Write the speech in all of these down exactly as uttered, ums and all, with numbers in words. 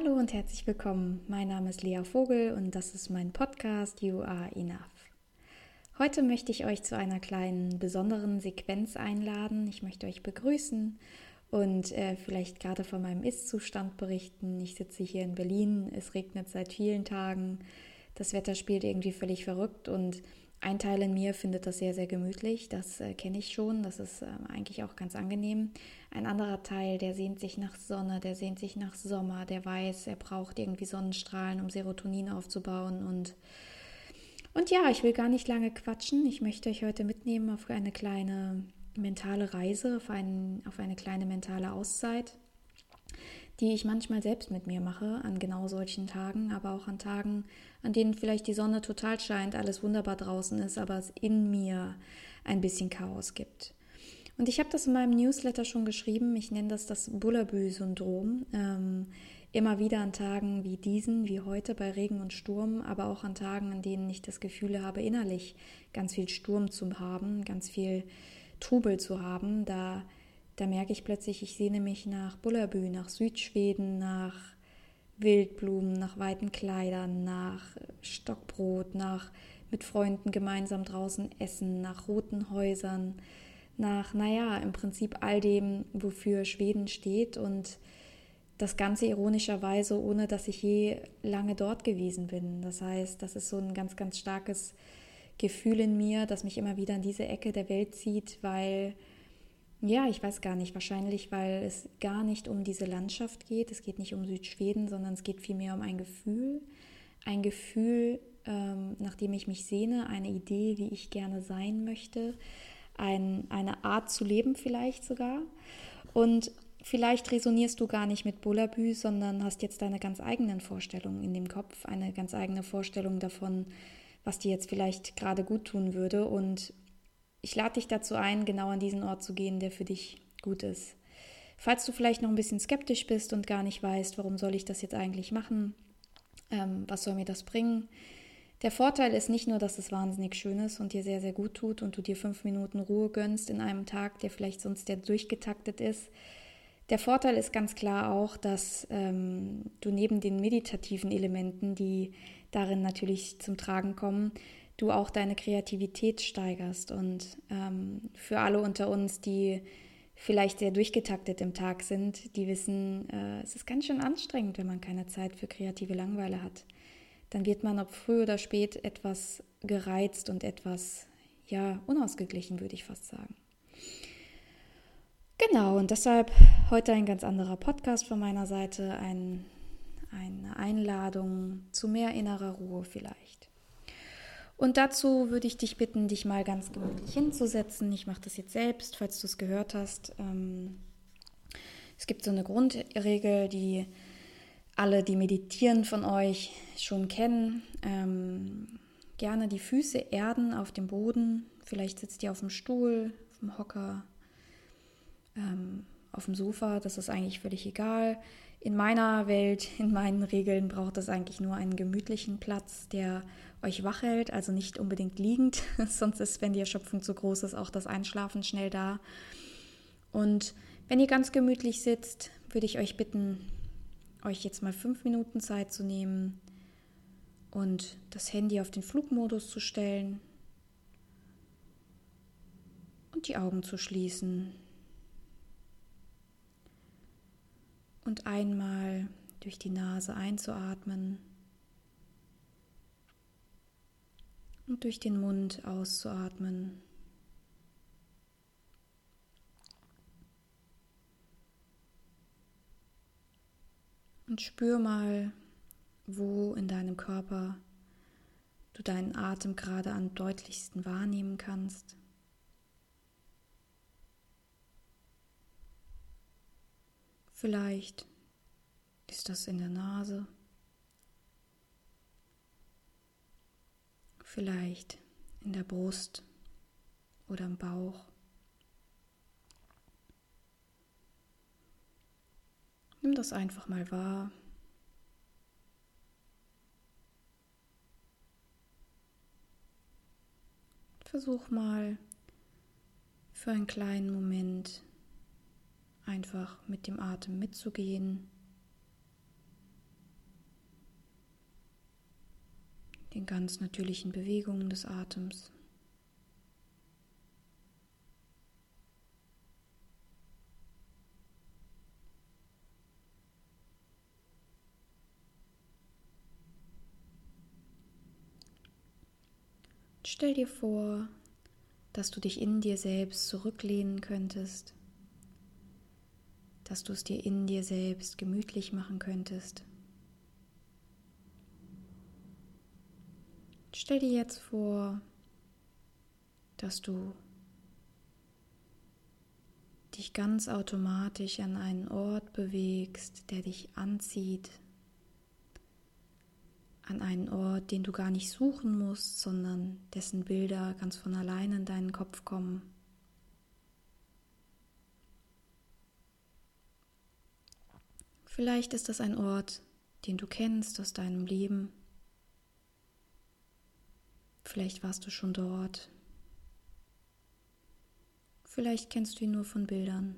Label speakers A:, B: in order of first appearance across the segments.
A: Hallo und herzlich willkommen. Mein Name ist Lea Vogel und das ist mein Podcast You Are Enough. Heute möchte ich euch zu einer kleinen besonderen Sequenz einladen. Ich möchte euch begrüßen und äh, vielleicht gerade von meinem Ist-Zustand berichten. Ich sitze hier in Berlin, es regnet seit vielen Tagen, das Wetter spielt irgendwie völlig verrückt und ein Teil in mir findet das sehr, sehr gemütlich, das äh, kenne ich schon, das ist äh, eigentlich auch ganz angenehm. Ein anderer Teil, der sehnt sich nach Sonne, der sehnt sich nach Sommer, der weiß, er braucht irgendwie Sonnenstrahlen, um Serotonin aufzubauen. Und, und ja, ich will gar nicht lange quatschen, ich möchte euch heute mitnehmen auf eine kleine mentale Reise, auf, einen, auf eine kleine mentale Auszeit, die ich manchmal selbst mit mir mache, an genau solchen Tagen, aber auch an Tagen, an denen vielleicht die Sonne total scheint, alles wunderbar draußen ist, aber es in mir ein bisschen Chaos gibt. Und ich habe das in meinem Newsletter schon geschrieben, ich nenne das das Bullabü-Syndrom. Ähm, immer wieder an Tagen wie diesen, wie heute bei Regen und Sturm, aber auch an Tagen, an denen ich das Gefühl habe, innerlich ganz viel Sturm zu haben, ganz viel Trubel zu haben, da Da merke ich plötzlich, ich sehne mich nach Bullabü, nach Südschweden, nach Wildblumen, nach weiten Kleidern, nach Stockbrot, nach mit Freunden gemeinsam draußen essen, nach roten Häusern, nach, naja, im Prinzip all dem, wofür Schweden steht und das Ganze ironischerweise, ohne dass ich je lange dort gewesen bin. Das heißt, das ist so ein ganz, ganz starkes Gefühl in mir, das mich immer wieder an diese Ecke der Welt zieht, weil Ja, ich weiß gar nicht. Wahrscheinlich, weil es gar nicht um diese Landschaft geht. Es geht nicht um Südschweden, sondern es geht vielmehr um ein Gefühl. Ein Gefühl, ähm, nach dem ich mich sehne, eine Idee, wie ich gerne sein möchte, ein, eine Art zu leben vielleicht sogar. Und vielleicht resonierst du gar nicht mit Bullabü, sondern hast jetzt deine ganz eigenen Vorstellungen in dem Kopf, eine ganz eigene Vorstellung davon, was dir jetzt vielleicht gerade gut tun würde. Und ich lade dich dazu ein, genau an diesen Ort zu gehen, der für dich gut ist. Falls du vielleicht noch ein bisschen skeptisch bist und gar nicht weißt, warum soll ich das jetzt eigentlich machen, ähm, was soll mir das bringen? Der Vorteil ist nicht nur, dass es wahnsinnig schön ist und dir sehr, sehr gut tut und du dir fünf Minuten Ruhe gönnst in einem Tag, der vielleicht sonst der durchgetaktet ist. Der Vorteil ist ganz klar auch, dass ähm, du neben den meditativen Elementen, die darin natürlich zum Tragen kommen, du auch deine Kreativität steigerst. Und ähm, für alle unter uns, die vielleicht sehr durchgetaktet im Tag sind, die wissen, äh, es ist ganz schön anstrengend, wenn man keine Zeit für kreative Langeweile hat. Dann wird man, ob früh oder spät, etwas gereizt und etwas, ja, unausgeglichen, würde ich fast sagen. Genau, und deshalb heute ein ganz anderer Podcast von meiner Seite, ein, eine Einladung zu mehr innerer Ruhe vielleicht. Und dazu würde ich dich bitten, dich mal ganz gemütlich hinzusetzen. Ich mache das jetzt selbst, falls du es gehört hast. Ähm, es gibt so eine Grundregel, die alle, die meditieren von euch, schon kennen. Ähm, gerne die Füße erden auf dem Boden. Vielleicht sitzt ihr auf dem Stuhl, auf dem Hocker, ähm, auf dem Sofa. Das ist eigentlich völlig egal. In meiner Welt, in meinen Regeln braucht es eigentlich nur einen gemütlichen Platz, der euch wach hält, also nicht unbedingt liegend, sonst ist, wenn die Erschöpfung zu groß ist, auch das Einschlafen schnell da. Und wenn ihr ganz gemütlich sitzt, würde ich euch bitten, euch jetzt mal fünf Minuten Zeit zu nehmen und das Handy auf den Flugmodus zu stellen und die Augen zu schließen. Und einmal durch die Nase einzuatmen und durch den Mund auszuatmen. Und spür mal, wo in deinem Körper du deinen Atem gerade am deutlichsten wahrnehmen kannst. Vielleicht ist das in der Nase, vielleicht in der Brust oder im Bauch. Nimm das einfach mal wahr. Versuch mal für einen kleinen Moment einfach mit dem Atem mitzugehen den ganz natürlichen Bewegungen des Atems. Stell dir vor, dass du dich in dir selbst zurücklehnen könntest, dass du es dir in dir selbst gemütlich machen könntest. Stell dir jetzt vor, dass du dich ganz automatisch an einen Ort bewegst, der dich anzieht, an einen Ort, den du gar nicht suchen musst, sondern dessen Bilder ganz von allein in deinen Kopf kommen. Vielleicht ist das ein Ort, den du kennst aus deinem Leben. Vielleicht warst du schon dort. Vielleicht kennst du ihn nur von Bildern.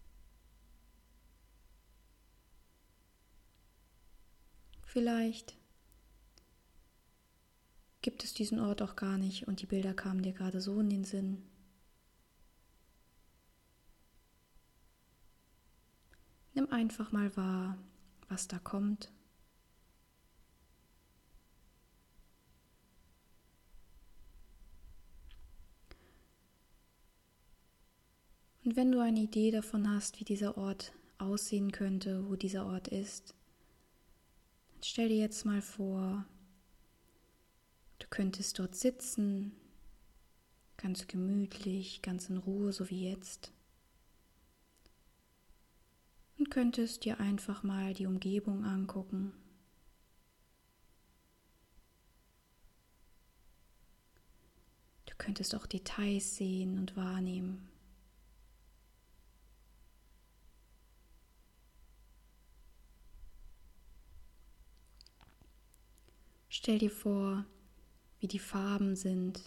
A: Vielleicht gibt es diesen Ort auch gar nicht und die Bilder kamen dir gerade so in den Sinn. Nimm einfach mal wahr, was da kommt. Und wenn du eine Idee davon hast, wie dieser Ort aussehen könnte, wo dieser Ort ist, dann stell dir jetzt mal vor, du könntest dort sitzen, ganz gemütlich, ganz in Ruhe, so wie jetzt. Und könntest dir einfach mal die Umgebung angucken. Du könntest auch Details sehen und wahrnehmen. Stell dir vor, wie die Farben sind,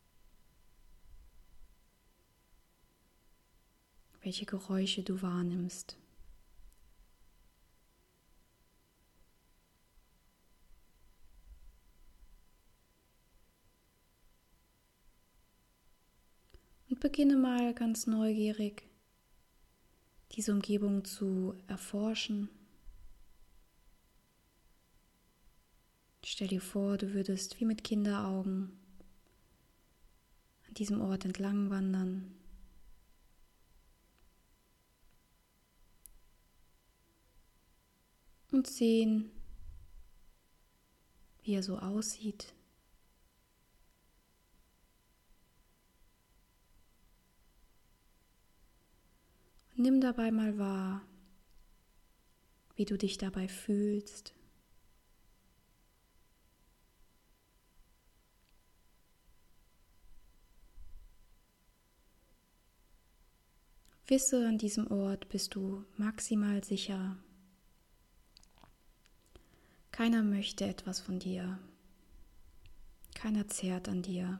A: welche Geräusche du wahrnimmst. Und beginne mal ganz neugierig, diese Umgebung zu erforschen. Stell dir vor, du würdest wie mit Kinderaugen an diesem Ort entlang wandern. Und sehen, wie er so aussieht. Und nimm dabei mal wahr, wie du dich dabei fühlst. Wisse, an diesem Ort bist du maximal sicher. Keiner möchte etwas von dir. Keiner zehrt an dir.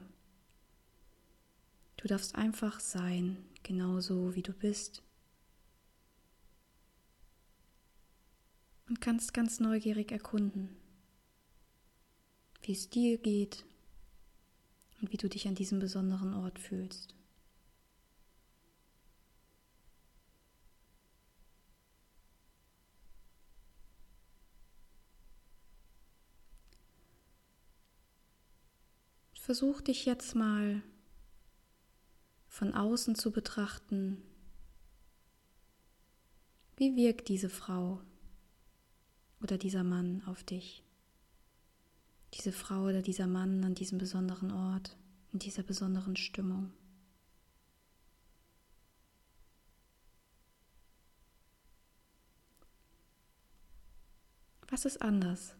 A: Du darfst einfach sein, genauso wie du bist. Und kannst ganz neugierig erkunden, wie es dir geht und wie du dich an diesem besonderen Ort fühlst. Versuch dich jetzt mal von außen zu betrachten. Wie wirkt diese Frau oder dieser Mann auf dich? Diese Frau oder dieser Mann an diesem besonderen Ort, in dieser besonderen Stimmung. Was ist anders?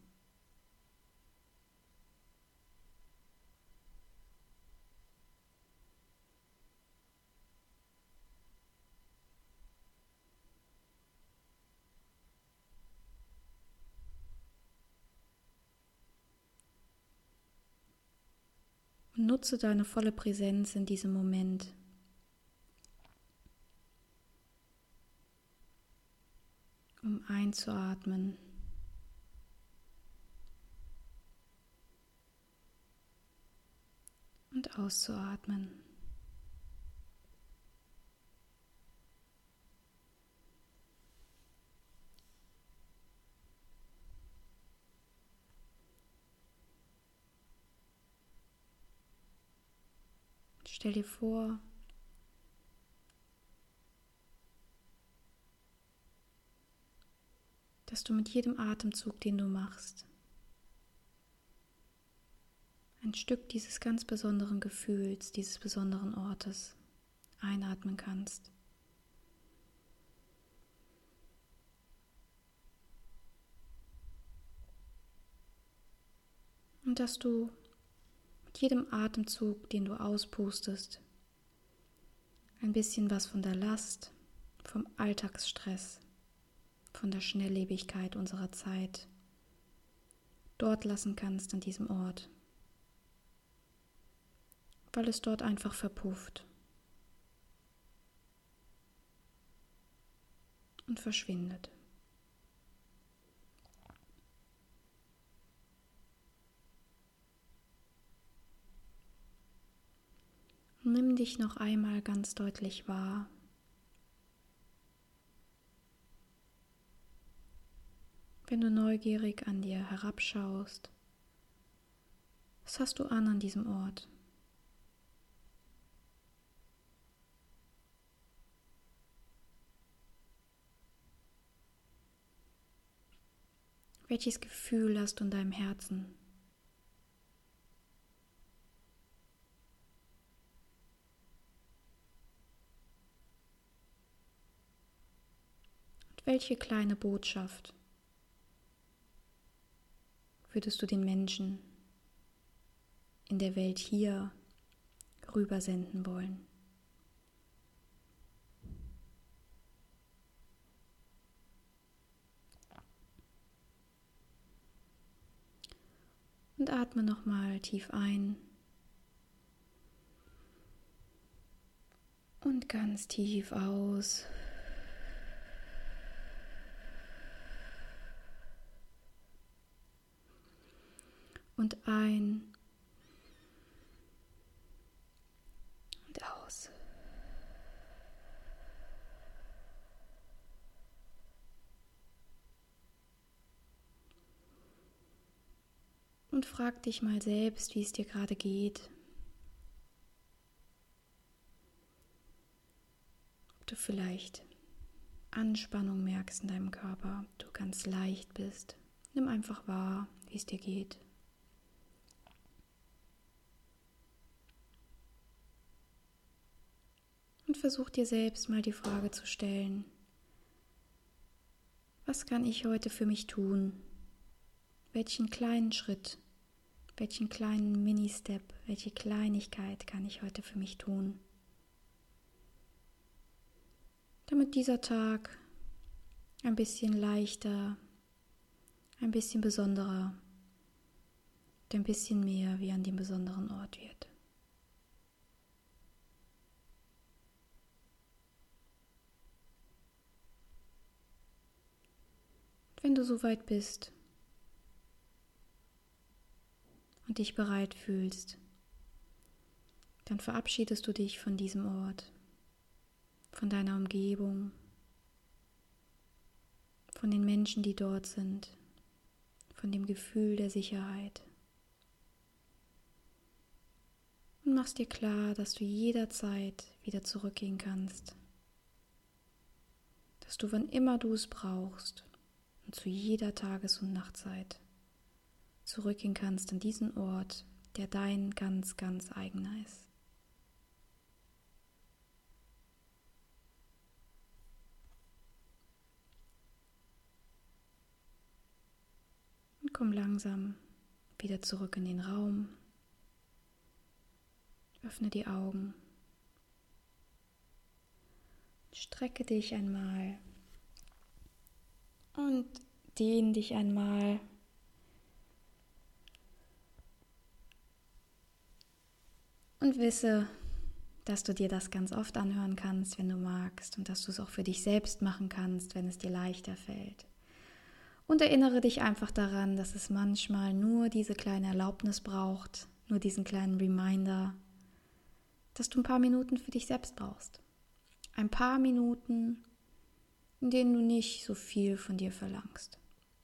A: Und nutze deine volle Präsenz in diesem Moment. Um einzuatmen auszuatmen. Stell dir vor, dass du mit jedem Atemzug, den du machst, ein Stück dieses ganz besonderen Gefühls, dieses besonderen Ortes einatmen kannst. Und dass du mit jedem Atemzug, den du auspustest, ein bisschen was von der Last, vom Alltagsstress, von der Schnelllebigkeit unserer Zeit dort lassen kannst an diesem Ort, weil es dort einfach verpufft und verschwindet. Nimm dich noch einmal ganz deutlich wahr. Wenn du neugierig an dir herabschaust, was hast du an an diesem Ort? Welches Gefühl hast du in deinem Herzen? Und welche kleine Botschaft würdest du den Menschen in der Welt hier rübersenden wollen? Und atme nochmal tief ein und ganz tief aus. Und ein und aus. Und frag dich mal selbst, wie es dir gerade geht. Ob du vielleicht Anspannung merkst in deinem Körper, ob du ganz leicht bist. Nimm einfach wahr, wie es dir geht. Und versuch dir selbst mal die Frage zu stellen: Was kann ich heute für mich tun? Welchen kleinen Schritt, welchen kleinen Mini-Step, welche Kleinigkeit kann ich heute für mich tun, damit dieser Tag ein bisschen leichter, ein bisschen besonderer, ein bisschen mehr wie an dem besonderen Ort wird. Wenn du soweit bist und dich bereit fühlst, dann verabschiedest du dich von diesem Ort, von deiner Umgebung, von den Menschen, die dort sind, von dem Gefühl der Sicherheit. Und machst dir klar, dass du jederzeit wieder zurückgehen kannst, dass du, wann immer du es brauchst und zu jeder Tages- und Nachtzeit zurückgehen kannst an diesen Ort, der dein ganz, ganz eigener ist. Und komm langsam wieder zurück in den Raum. Öffne die Augen. Strecke dich einmal und dehn dich einmal. Und wisse, dass du dir das ganz oft anhören kannst, wenn du magst, und dass du es auch für dich selbst machen kannst, wenn es dir leichter fällt. Und erinnere dich einfach daran, dass es manchmal nur diese kleine Erlaubnis braucht, nur diesen kleinen Reminder, dass du ein paar Minuten für dich selbst brauchst. Ein paar Minuten, in denen du nicht so viel von dir verlangst.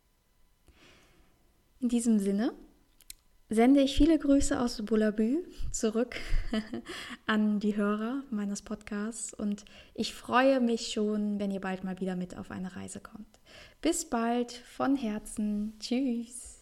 A: In diesem Sinne sende ich viele Grüße aus Bullabü zurück an die Hörer meines Podcasts und ich freue mich schon, wenn ihr bald mal wieder mit auf eine Reise kommt. Bis bald, von Herzen, tschüss.